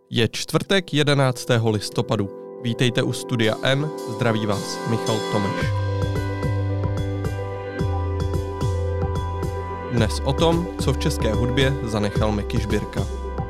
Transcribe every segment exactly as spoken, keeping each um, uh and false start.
Je čtvrtek jedenáctého listopadu. Vítejte u Studia N, zdraví vás Michal Tomeš. Dnes o tom, co v české hudbě zanechal Meky Žbírka.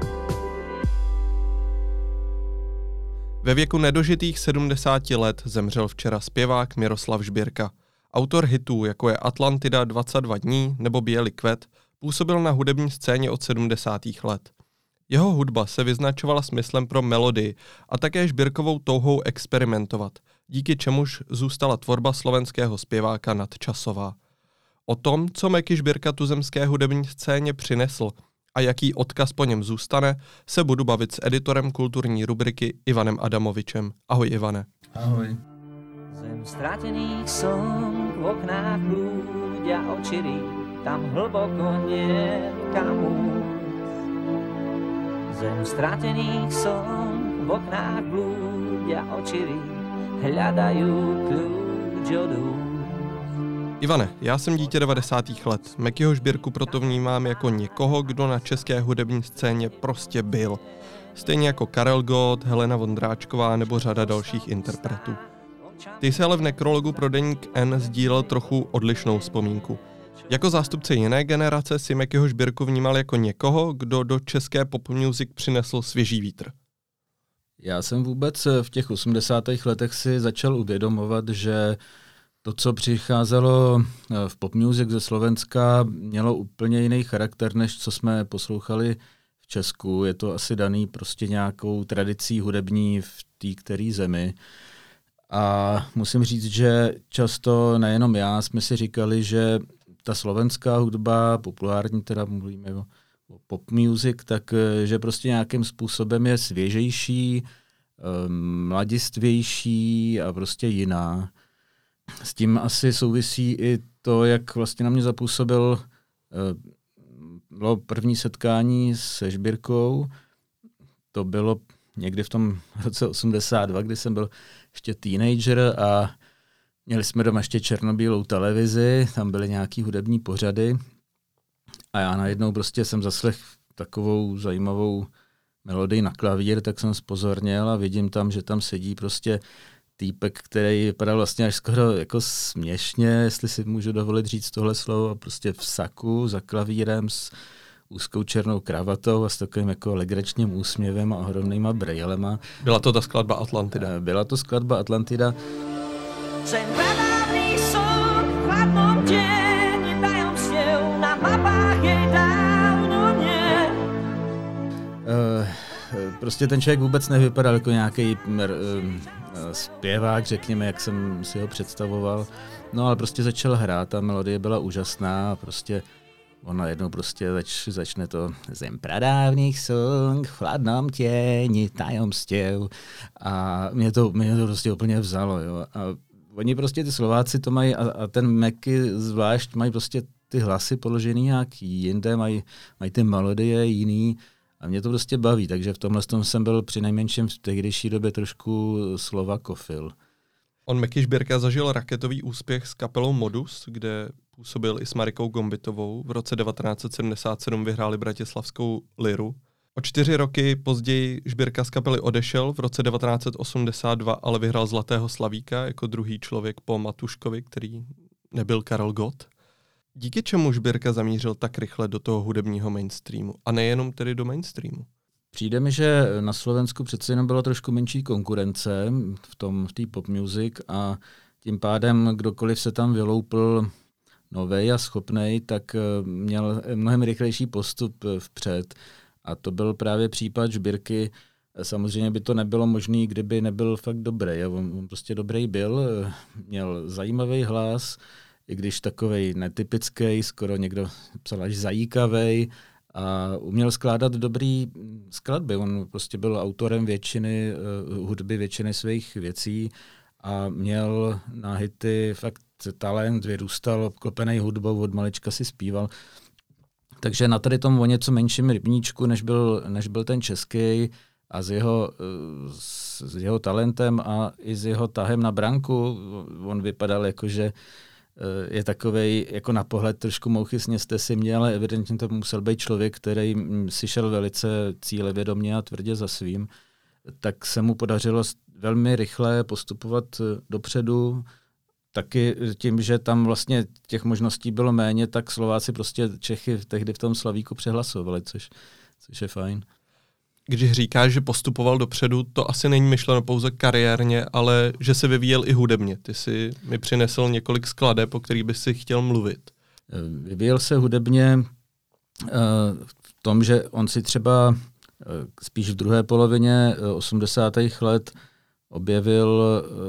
Ve věku nedožitých sedmdesáti let zemřel včera zpěvák Miroslav Žbírka. Autor hitů, jako je Atlantida, dvacet dva dní nebo Bělý kvet, působil na hudební scéně od sedmdesátých let. Jeho hudba se vyznačovala smyslem pro melodii a také Žbírkovou touhou experimentovat, díky čemuž zůstala tvorba slovenského zpěváka nadčasová. O tom, co Meky Žbírka tuzemské hudební scéně přinesl a jaký odkaz po něm zůstane, se budu bavit s editorem kulturní rubriky Ivanem Adamovičem. Ahoj, Ivane. Ahoj. Zem stratených song v oknách blúdia očiví, tam hlboko nie kam újsť. Zem stratených song v oknách blúdia očiví, hľadajú kľúč od úst. Ivane, já jsem dítě devadesátých let. Mekyho Žbírku proto vnímám jako někoho, kdo na české hudební scéně prostě byl. Stejně jako Karel Gott, Helena Vondráčková nebo řada dalších interpretů. Ty jsi ale v nekrologu pro deník N sdílel trochu odlišnou vzpomínku. Jako zástupce jiné generace si Mekyho Žbírku vnímal jako někoho, kdo do české pop music přinesl svěží vítr. Já jsem vůbec v těch osmdesátých letech si začal uvědomovat, že to, co přicházelo v pop music ze Slovenska, mělo úplně jiný charakter, než co jsme poslouchali v Česku. Je to asi daný prostě nějakou tradicí hudební v té které zemi. A musím říct, že často nejenom já jsme si říkali, že ta slovenská hudba, populární teda mluvíme o, o pop music, tak že prostě nějakým způsobem je svěžejší, mladistvější a prostě jiná. S tím asi souvisí i to, jak vlastně na mě zapůsobil bylo první setkání se Žbírkou. To bylo někdy v tom roce osmdesát dva, kdy jsem byl ještě teenager a měli jsme doma ještě černobílou televizi, tam byly nějaký hudební pořady a já najednou prostě jsem zaslech takovou zajímavou melodii na klavír, tak jsem zpozorněl a vidím tam, že tam sedí prostě týpek, který vypadal vlastně až skoro jako směšně, jestli si můžu dovolit říct tohle slovo, prostě v saku za klavírem s úzkou černou kravatou a s takovým jako legračním úsměvem a ohromnýma brejlema. Byla to ta skladba Atlantida? Byla to skladba Atlantida. Zem pradávný song v chladnom tieni tajomstiev, na mapách jej dávno nie. Uh, prostě ten člověk vůbec nevypadal jako nějaký uh, zpěvák, řekněme, jak jsem si ho představoval. No ale prostě začal hrát, ta melodie byla úžasná a prostě on najednou prostě zač, začne to Zem pradávných song v chladnom tieni tajomstiev a mě to, mě to prostě úplně vzalo. Jo. A oni prostě ty Slováci to mají a, a ten Meky zvlášť mají prostě ty hlasy položený nějak jinde, mají, mají ty melodie jiný a mě to prostě baví, takže v tomhle tom jsem byl přinejmenším v tehdejší době trošku slovakofil. On Meky Žbírka zažil raketový úspěch s kapelou Modus, kde působil i s Marikou Gombitovou. V roce devatenáct set sedmdesát sedm vyhráli bratislavskou Liru. O čtyři roky později Žbírka z kapely odešel, v roce devatenáct set osmdesát dva ale vyhrál Zlatého slavíka jako druhý člověk po Matuškovi, který nebyl Karel Gott. Díky čemu Žbírka zamířil tak rychle do toho hudebního mainstreamu a nejenom tedy do mainstreamu? Přijde mi, že na Slovensku přece jenom byla trošku menší konkurence v tom v té pop music a tím pádem kdokoliv se tam vyloupl novej a schopnej, tak měl mnohem rychlejší postup vpřed. A to byl právě případ Žbírky. Samozřejmě by to nebylo možné, kdyby nebyl fakt dobrý. On, on prostě dobrý byl, měl zajímavý hlas, i když takovej netypický, skoro někdo psal až zajíkavej, a uměl skládat dobrý skladby. On prostě byl autorem většiny uh, hudby, většiny svých věcí a měl na hity fakt talent, vyrůstal obklopený hudbou, od malička si zpíval. Takže na tady tom o něco menším rybníčku, než byl, než byl ten český a s jeho, s jeho talentem a i s jeho tahem na branku, on vypadal jako, že je takovej jako na pohled trošku mouchy sněste si mě, ale evidentně to musel být člověk, který si šel velice cílevědomě a tvrdě za svým. Tak se mu podařilo velmi rychle postupovat dopředu. Taky tím, že tam vlastně těch možností bylo méně, tak Slováci prostě Čechy tehdy v tom Slavíku přehlasovali, což, což je fajn. Když říkáš, že postupoval dopředu, to asi není myšleno pouze kariérně, ale že se vyvíjel i hudebně. Ty si mi přinesl několik skladeb, o kterých bys si chtěl mluvit. Vyvíjel se hudebně v tom, že on si třeba spíš v druhé polovině osmdesátých let objevil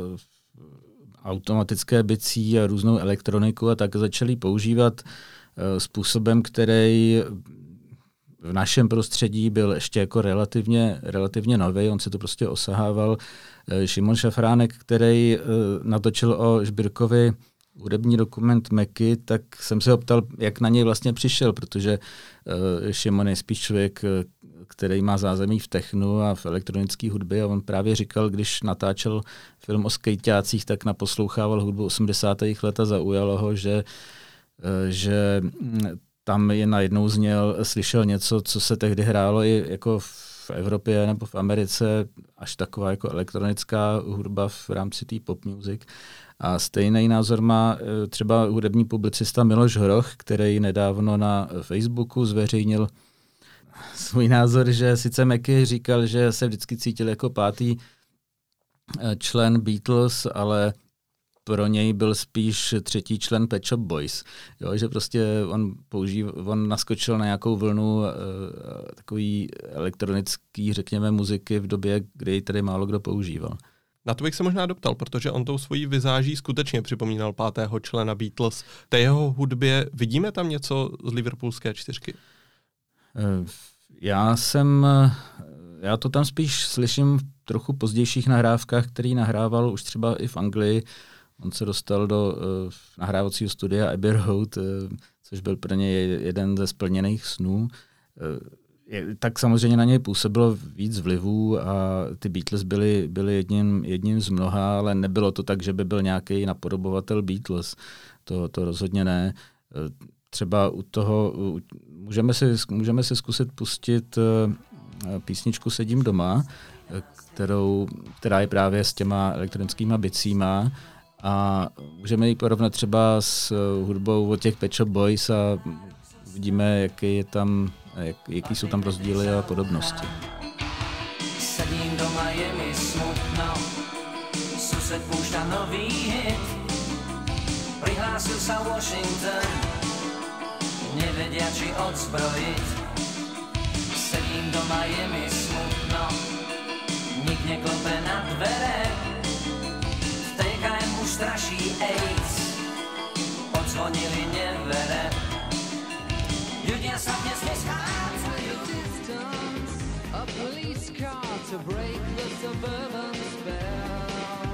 automatické bicí a různou elektroniku a tak začali používat způsobem, který v našem prostředí byl ještě jako relativně, relativně nový, on se to prostě osahával. Šimon Šafránek, který natočil o Žbírkovi hudební dokument Meky, tak jsem se ho ptal, jak na něj vlastně přišel, protože Šimon je spíš člověk, který má zázemí v technu a v elektronické hudbě a on právě říkal, když natáčel film o skejťácích, tak naposlouchával hudbu osmdesátých let a zaujalo ho, že, že tam je najednou zněl, slyšel něco, co se tehdy hrálo i jako v Evropě nebo v Americe, až taková jako elektronická hudba v rámci té pop music. A stejný názor má třeba hudební publicista Miloš Hroch, který nedávno na Facebooku zveřejnil svůj názor, že sice Meky říkal, že se vždycky cítil jako pátý člen Beatles, ale pro něj byl spíš třetí člen Pet Shop Boys. Jo, že prostě on, použív, on naskočil na nějakou vlnu uh, takový elektronický, řekněme, muziky v době, kdy ji tady málo kdo používal. Na to bych se možná doptal, protože on tou svojí vizáží skutečně připomínal pátého člena Beatles. Té jeho hudbě vidíme tam něco z liverpoolské čtyřky? Uh, já jsem... Já to tam spíš slyším v trochu pozdějších nahrávkách, který nahrával už třeba i v Anglii. On se dostal do uh, nahrávacího studia Abbey Road, uh, což byl pro něj jeden ze splněných snů. Uh, je, tak samozřejmě na něj působilo víc vlivů a ty Beatles byly, byly jedním, jedním z mnoha, ale nebylo to tak, že by byl nějaký napodobovatel Beatles. To, to rozhodně ne. Uh, třeba u toho uh, můžeme, si, můžeme si zkusit pustit uh, písničku Sedím doma, kterou, která je právě s těma elektronickýma bicíma a můžeme ji porovnat třeba s hudbou od těch Pet Shop Boys a vidíme, jaký je tam, jak, jaký jsou tam rozdíly a podobnosti. Sedím doma, je mi smutno, sused púšťa nový hit, prihlásil sa Washington, nevedia či odzbrojiť. Sedím doma, je mi smutno, nik neklope na dvere, v té ká em už straší AIDS, odzvonili nevere, ľudia sa dnes neschádzajú. A police car to break the suburban spell.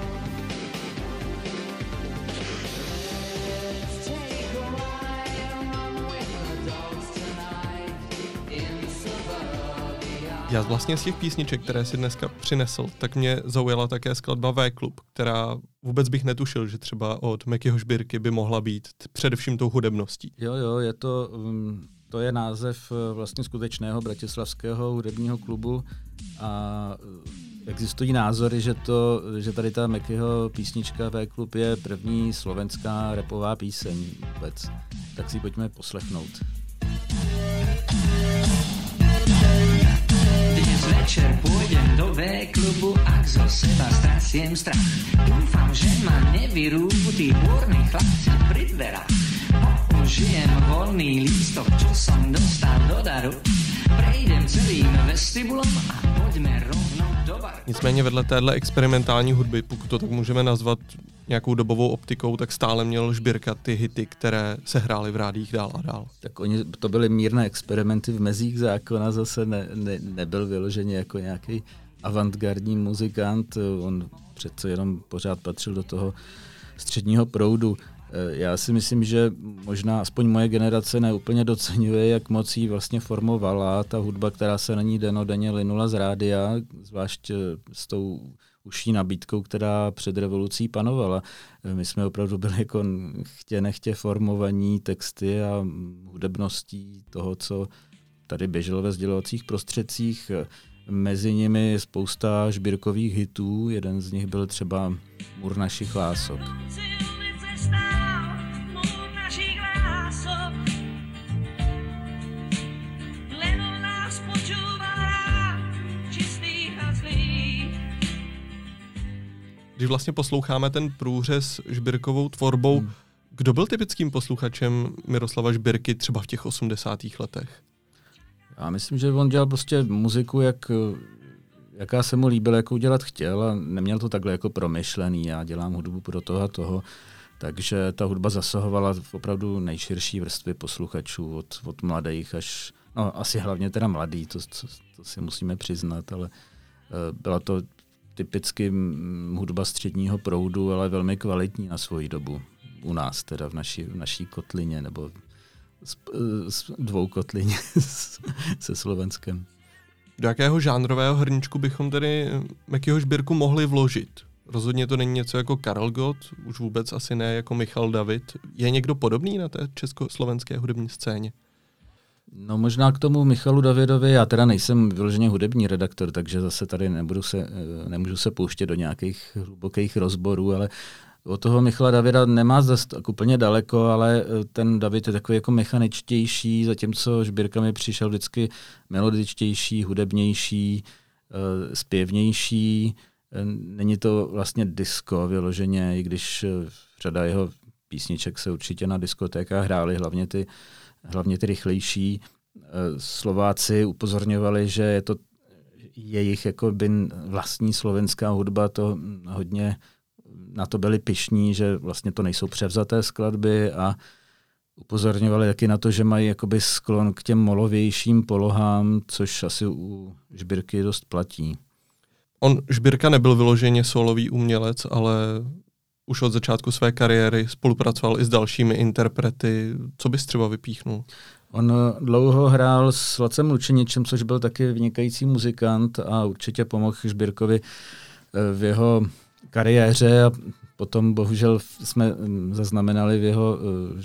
Let's take a ride, run with the dogs tonight in suburbia. Já vlastně z těch písniček, které si dneska přinesl, tak mě zaujala také skladba V-Klub, která vůbec bych netušil, že třeba od Mekyho Žbírky by mohla být především tou hudebností. Jo, jo, je to... Um... To je název vlastně skutečného bratislavského hudebního klubu a existují názory, že, to, že tady ta Mekyho písnička V-Klub je první slovenská rapová píseň vůbec. Tak si pojďme poslechnout. Dnes večer pôjdem do V-klubu, ak zo seba strasiem strach. Dúfam, že ma nevyrú tí búrni chlapci pri dverách. Použijem voľný lístok, čo som dostal do daru. Prejdem celým vestibulom a poďme rovno do baru. Nicméně vedle téhle experimentální hudby, pokud to tak můžeme nazvat nějakou dobovou optikou, tak stále měl Žbírka ty hity, které se hrály v rádiích dál a dál. Tak oni, to byly mírné experimenty v mezích zákona, zase ne, ne, nebyl vyloženě jako nějaký avantgardní muzikant, on přece jenom pořád patřil do toho středního proudu. Já si myslím, že možná aspoň moje generace neúplně doceňuje, jak moc jí vlastně formovala ta hudba, která se na ní denodenně linula z rádia, zvlášť s tou užší nabídkou, která před revolucí panovala. My jsme opravdu byli jako chtě nechtě formovaní texty a hudebností toho, co tady běželo ve sdělovacích prostředcích. Mezi nimi je spousta Žbírkových hitů, jeden z nich byl třeba Můr našich lások. Když vlastně posloucháme ten průřez Žbírkovou tvorbou, hmm. kdo byl typickým posluchačem Miroslava Žbírky třeba v těch osmdesátých letech? Já myslím, že on dělal prostě muziku, jak, jaká se mu líbila, jakou dělat chtěl a neměl to takhle jako promyšlený, já dělám hudbu pro toho a toho. Takže ta hudba zasahovala v opravdu nejširší vrstvy posluchačů, od, od mladých až, no asi hlavně teda mladý, to, to, to si musíme přiznat, ale uh, byla to typicky hudba středního proudu, ale velmi kvalitní na svoji dobu. U nás teda v naší, v naší kotlině, nebo s, s dvou kotlině se Slovenskem. Do jakého žánrového hrníčku bychom tedy Mekyho Žbírku mohli vložit? Rozhodně to není něco jako Karel Gott, už vůbec asi ne jako Michal David. Je někdo podobný na té československé hudební scéně? No možná k tomu Michalu Davidovi, já teda nejsem vyloženě hudební redaktor, takže zase tady nebudu se, nemůžu se pouštět do nějakých hlubokých rozborů, ale od toho Michala Davida nemá zase tak úplně daleko, ale ten David je takový jako mechaničtější, zatímco Žbírka mi přišel vždycky melodičtější, hudebnější, zpěvnější. Není to vlastně disco vyloženě, i když řada jeho písniček se určitě na diskotékách hrály, hlavně ty hlavně ty rychlejší. Slováci upozorňovali, že je to jejich jakoby vlastní slovenská hudba, to hodně na to byli pyšní, že vlastně to nejsou převzaté skladby a upozorňovali taky na to, že mají jakoby sklon k těm molovějším polohám, což asi u Žbírky dost platí. On, Žbírka, nebyl vyloženě solový umělec, ale už od začátku své kariéry spolupracoval i s dalšími interprety. Co bys třeba vypíchnul? On dlouho hrál s Lacem Lučeničem, což byl taky vynikající muzikant a určitě pomohl Žbírkovi v jeho kariéře a potom bohužel jsme zaznamenali v jeho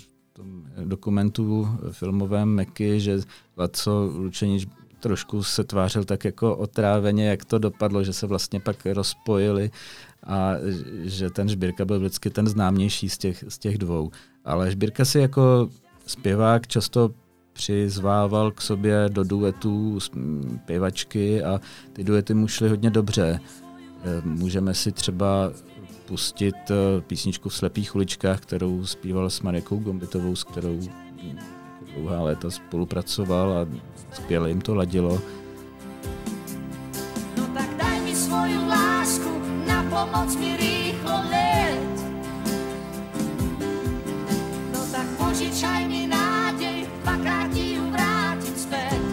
dokumentu filmovém Meky, že Laco Lučenič trošku se tvářil tak jako otráveně, jak to dopadlo, že se vlastně pak rozpojili a že ten Žbírka byl vždycky ten známější z těch, z těch dvou. Ale Žbírka si jako zpěvák často přizvával k sobě do duetů zpěvačky a ty duety mu šly hodně dobře. Můžeme si třeba pustit písničku V slepých uličkách, kterou zpíval s Marjakou Gombitovou, s kterou dlouhá léta spolupracoval a skvěle jim to ladilo. No tak daj mi svoju lásku, na pomoc mi rýchlo let. No tak požičaj mi nádej, dvakrát ti ju vrátim zpět.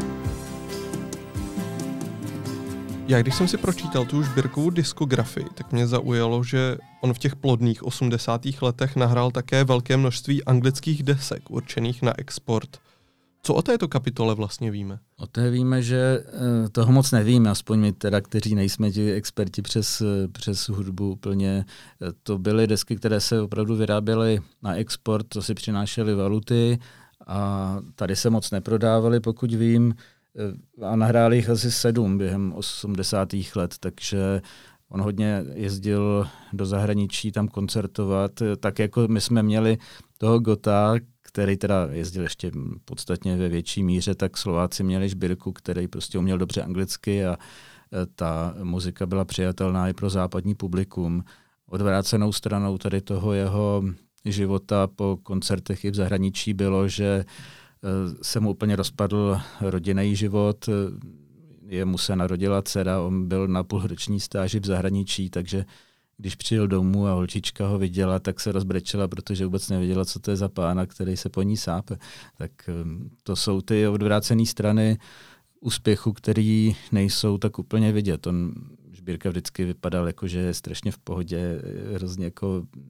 Já když jsem si pročítal tu Žbírkovu diskografii, tak mě zaujalo, že on v těch plodných osmdesátých letech nahrál také velké množství anglických desek určených na export. Co o této kapitole vlastně víme? O té víme, že toho moc nevíme, aspoň my teda, kteří nejsme ti experti přes, přes hudbu úplně. To byly desky, které se opravdu vyráběly na export, to si přinášely valuty a tady se moc neprodávaly, pokud vím. A nahráli jich asi sedm během osmdesátých let, takže on hodně jezdil do zahraničí tam koncertovat, tak jako my jsme měli toho Gotta, který teda jezdil ještě podstatně ve větší míře, tak Slováci měli Žbírku, který prostě uměl dobře anglicky a ta muzika byla přijatelná i pro západní publikum. Odvrácenou stranou tady toho jeho života po koncertech i v zahraničí bylo, že se mu úplně rozpadl rodinný život, jemu se narodila dcera, on byl na půlroční stáži v zahraničí, takže když přijel domů a holčička ho viděla, tak se rozbrečela, protože vůbec nevěděla, co to je za pána, který se po ní sápe. Tak to jsou ty odvrácené strany úspěchu, který nejsou tak úplně vidět. On Žbírka vždycky vypadal jako, že je strašně v pohodě, hrozně jako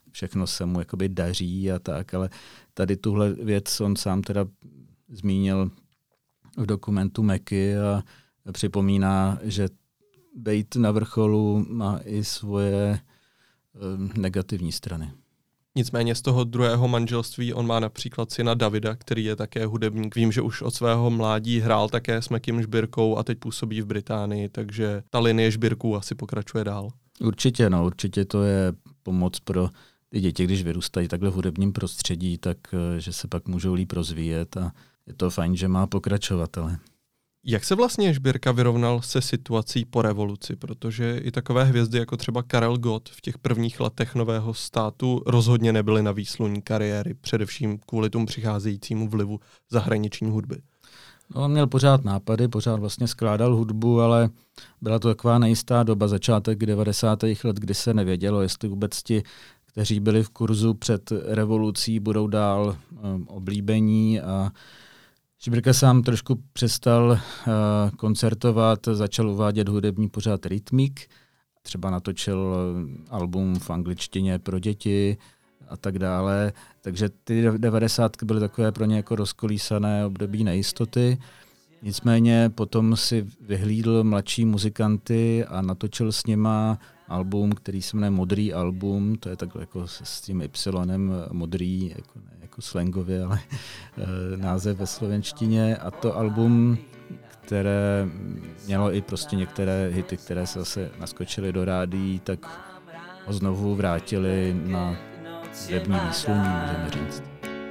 všechno se mu jakoby daří a tak, ale tady tuhle věc on sám teda zmínil v dokumentu Meky a připomíná, že být na vrcholu má i svoje um, negativní strany. Nicméně z toho druhého manželství on má například syna Davida, který je také hudebník. Vím, že už od svého mládí hrál také s Mekim Žbirkou a teď působí v Británii, takže ta linie Žbirků asi pokračuje dál. Určitě, no, určitě to je pomoc pro ty děti, když vyrůstají takhle v hudebním prostředí, tak že se pak můžou líp rozvíjet a je to fajn, že má pokračovatele. Jak se vlastně Žbirka vyrovnal se situací po revoluci? Protože i takové hvězdy jako třeba Karel Gott v těch prvních letech nového státu rozhodně nebyly na výsluní kariéry, především kvůli tomu přicházejícímu vlivu zahraniční hudby. No, on měl pořád nápady, pořád vlastně skládal hudbu, ale byla to taková nejistá doba, začátek devadesátých let, kdy se nevědělo, jestli vůbec ti, kteří byli v kurzu před revolucí, budou dál um, oblíbení a Žbirka sám trošku přestal uh, koncertovat, začal uvádět hudební pořád Rytmík, třeba natočil album v angličtině pro děti a tak dále. Takže ty devadesátky byly takové pro ně jako rozkolísané období nejistoty. Nicméně potom si vyhlídl mladší muzikanty a natočil s nima album, který se jmenuje Modrý album, to je takhle jako s tím Y, modrý, jako, ne jako slangově, ale e, název ve slovenštině. A to album, které mělo i prostě některé hity, které se zase naskočily do rádií, tak ho znovu vrátili na hudební výsluní, můžeme říct.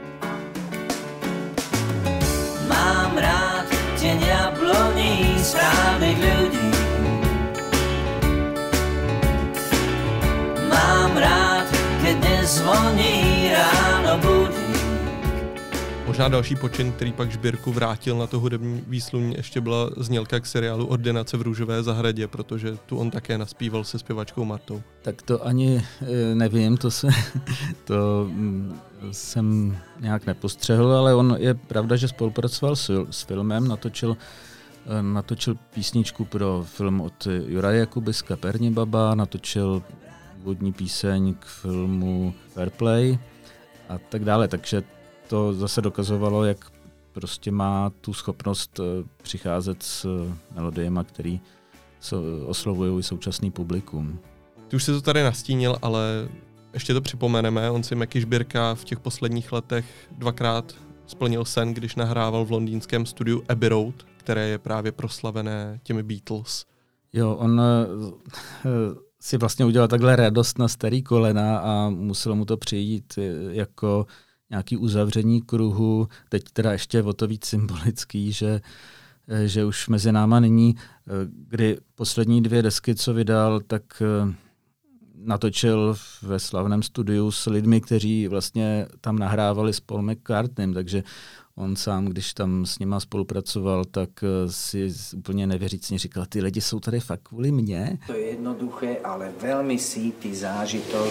Mám rád těň jabloní správných lidí. Mám rád, keď nezvoní ráno budík. Možná další počin, který pak Žbirku vrátil na to hudební výsluní, ještě byla znělka k seriálu Ordinace v Růžové zahradě, protože tu on také naspíval se zpěvačkou Martou. Tak to ani nevím, to, se, to jsem nějak nepostřehl, ale on je pravda, že spolupracoval s, s filmem, natočil, natočil písničku pro film od Juraje Jakubiska Perní baba, natočil úvodní píseň k filmu Fair Play a tak dále, takže to zase dokazovalo, jak prostě má tu schopnost přicházet s melodiemi, který oslovují současný publikum. Ty už si to tady nastínil, ale ještě to připomeneme. On si Meky Žbirka v těch posledních letech dvakrát splnil sen, když nahrával v londýnském studiu Abbey Road, které je právě proslavené těmi Beatles. Jo, on si vlastně udělal takhle radost na starý kolena a muselo mu to přijít jako nějaký uzavření kruhu, teď teda ještě o to víc symbolický, že, že už mezi náma není, kdy poslední dvě desky, co vydal, tak natočil ve slavném studiu s lidmi, kteří vlastně tam nahrávali s Paul McCartneym, takže on sám, když tam s nima spolupracoval, tak si úplně nevěřícně říkal, ty lidi jsou tady fakt kvůli mně. To je jednoduché, ale velmi sítý zážitok.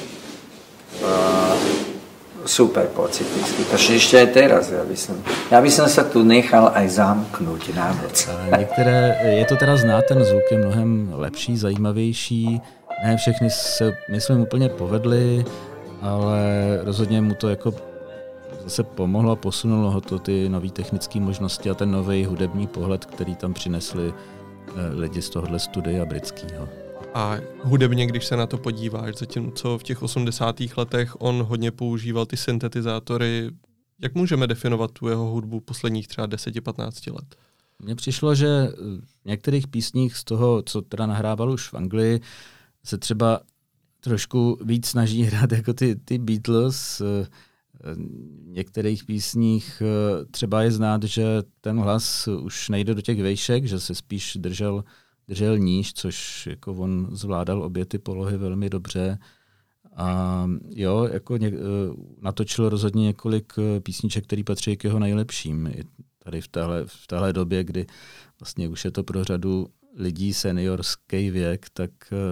Uh... Super pocit, takže ještě aj teraz, ja by som, ja by som sa tu nechal aj zamknúť na noc. Některé, je to teda znát, ten zvuk je mnohem lepší, zajímavější, ne všechny se, myslím, úplně povedly, ale rozhodně mu to jako zase pomohlo a posunulo ho to ty nové technické možnosti a ten nový hudební pohled, který tam přinesli lidi z tohohle studia britského. A hudebně, když se na to podíváš, zatímco v těch osmdesátých letech on hodně používal ty syntetizátory, jak můžeme definovat tu jeho hudbu posledních třeba deset patnáct let? Mně přišlo, že v některých písních z toho, co teda nahrával už v Anglii, se třeba trošku víc snaží hrát jako ty, ty Beatles. V některých písních třeba je znát, že ten hlas už nejde do těch vejšek, že se spíš držel držel níž, což jako on zvládal obě ty polohy velmi dobře. A jo, jako ně, natočil rozhodně několik písniček, které patří k jeho nejlepším. I tady v téhle, v téhle době, kdy vlastně už je to pro řadu lidí seniorský věk, tak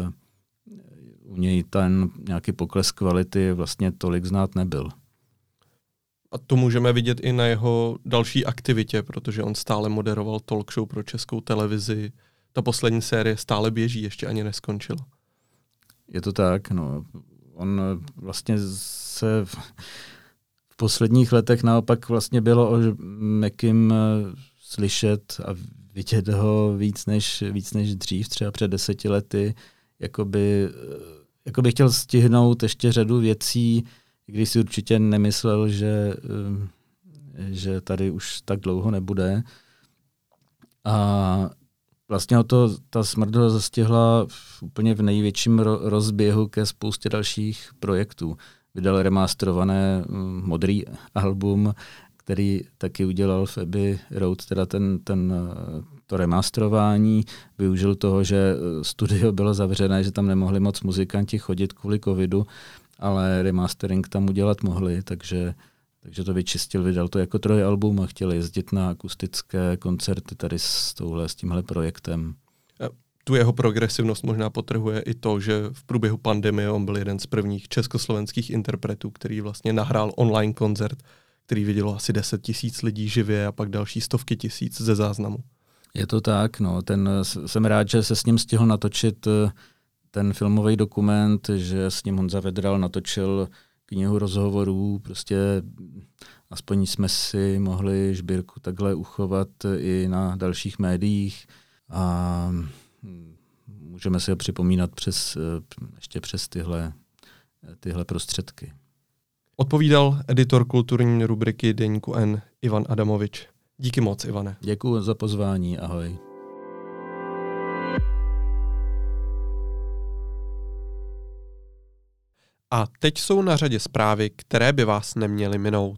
u něj ten nějaký pokles kvality vlastně tolik znát nebyl. A to můžeme vidět i na jeho další aktivitě, protože on stále moderoval talk show pro Českou televizi. Ta poslední série stále běží, ještě ani neskončila. Je to tak, no. On vlastně se v posledních letech naopak vlastně bylo o Mackim slyšet a vidět ho víc než, víc než dřív, třeba před deseti lety. Jakoby, jakoby chtěl stihnout ještě řadu věcí, když si určitě nemyslel, že, že tady už tak dlouho nebude. A vlastně ho to, ta smrt ho zastihla v, úplně v největším ro, rozběhu ke spoustě dalších projektů. Vydal remasterované um, modrý album, který taky udělal v Abbey Road, teda ten, ten, to remasterování. Využil toho, že studio bylo zavřené, že tam nemohli moc muzikanti chodit kvůli covidu, ale remastering tam udělat mohli, takže Takže to vyčistil, vydal to jako trojalbum a chtěl jezdit na akustické koncerty tady s, touhle, s tímhle projektem. Tu jeho progresivnost možná potrhuje i to, že v průběhu pandemie on byl jeden z prvních československých interpretů, který vlastně nahrál online koncert, který vidělo asi deset tisíc lidí živě a pak další stovky tisíc ze záznamu. Je to tak, no. Ten, jsem rád, že se s ním stihl natočit ten filmový dokument, že s ním Honza Vedral natočil knihu rozhovorů, prostě aspoň jsme si mohli Žbírku takhle uchovat i na dalších médiích a můžeme si ho připomínat přes, ještě přes tyhle, tyhle prostředky. Odpovídal editor kulturní rubriky Deníku N Ivan Adamovič. Díky moc, Ivane. Děkuji za pozvání, ahoj. A teď jsou na řadě zprávy, které by vás neměly minout.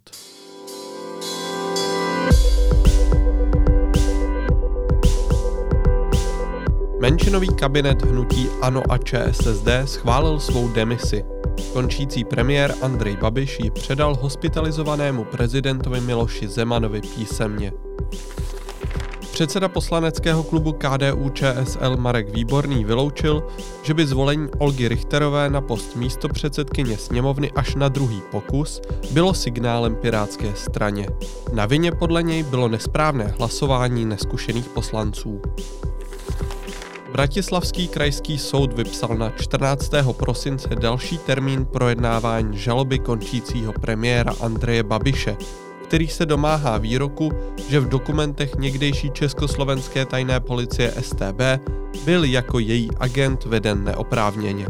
Menšinový kabinet hnutí ANO a ČSSD schválil svou demisi. Končící premiér Andrej Babiš ji předal hospitalizovanému prezidentovi Miloši Zemanovi písemně. Předseda poslaneckého klubu K D U Č S L Marek Výborný vyloučil, že by zvolení Olgy Richterové na post místopředsedkyně sněmovny až na druhý pokus bylo signálem pirátské straně. Na vině podle něj bylo nesprávné hlasování neskušených poslanců. Bratislavský krajský soud vypsal na čtrnáctého prosince další termín projednávání žaloby končícího premiéra Andreje Babiše, který se domáhá výroku, že v dokumentech někdejší československé tajné policie S T B byl jako její agent veden neoprávněně.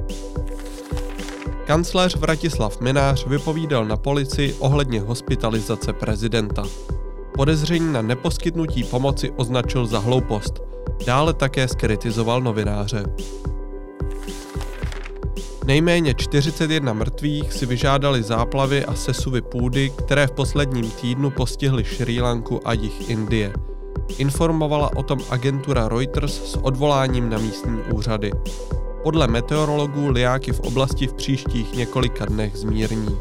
Kancléř Vratislav Mynář vypovídal na policii ohledně hospitalizace prezidenta. Podezření na neposkytnutí pomoci označil za hloupost. Dále také zkritizoval novináře. Nejméně čtyřicet jedna mrtvých si vyžádali záplavy a sesuvy půdy, které v posledním týdnu postihly Šrí Lanku a jih Indie. Informovala o tom agentura Reuters s odvoláním na místní úřady. Podle meteorologů lijáky v oblasti v příštích několika dnech zmírní.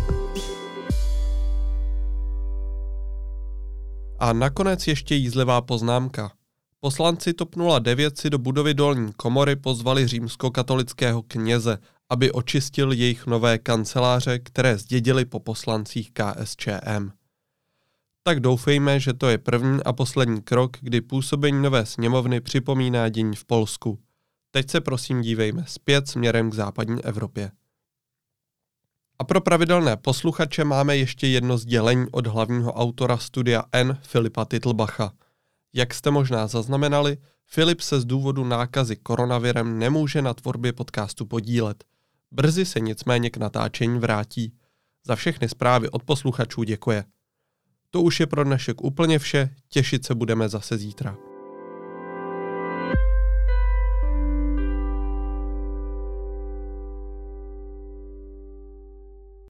A nakonec ještě jízlivá poznámka. Poslanci T O P nula devět si do budovy dolní komory pozvali římskokatolického kněze, aby očistil jejich nové kanceláře, které zdědili po poslancích K S Č M. Tak doufejme, že to je první a poslední krok, kdy působení nové sněmovny připomíná dění v Polsku. Teď se prosím dívejme zpět směrem k západní Evropě. A pro pravidelné posluchače máme ještě jedno sdělení od hlavního autora Studia N Filipa Titlbacha. Jak jste možná zaznamenali, Filip se z důvodu nákazy koronavirem nemůže na tvorbě podcastu podílet. Brzy se nicméně k natáčení vrátí. Za všechny zprávy od posluchačů děkuje. To už je pro dnešek úplně vše, těšit se budeme zase zítra.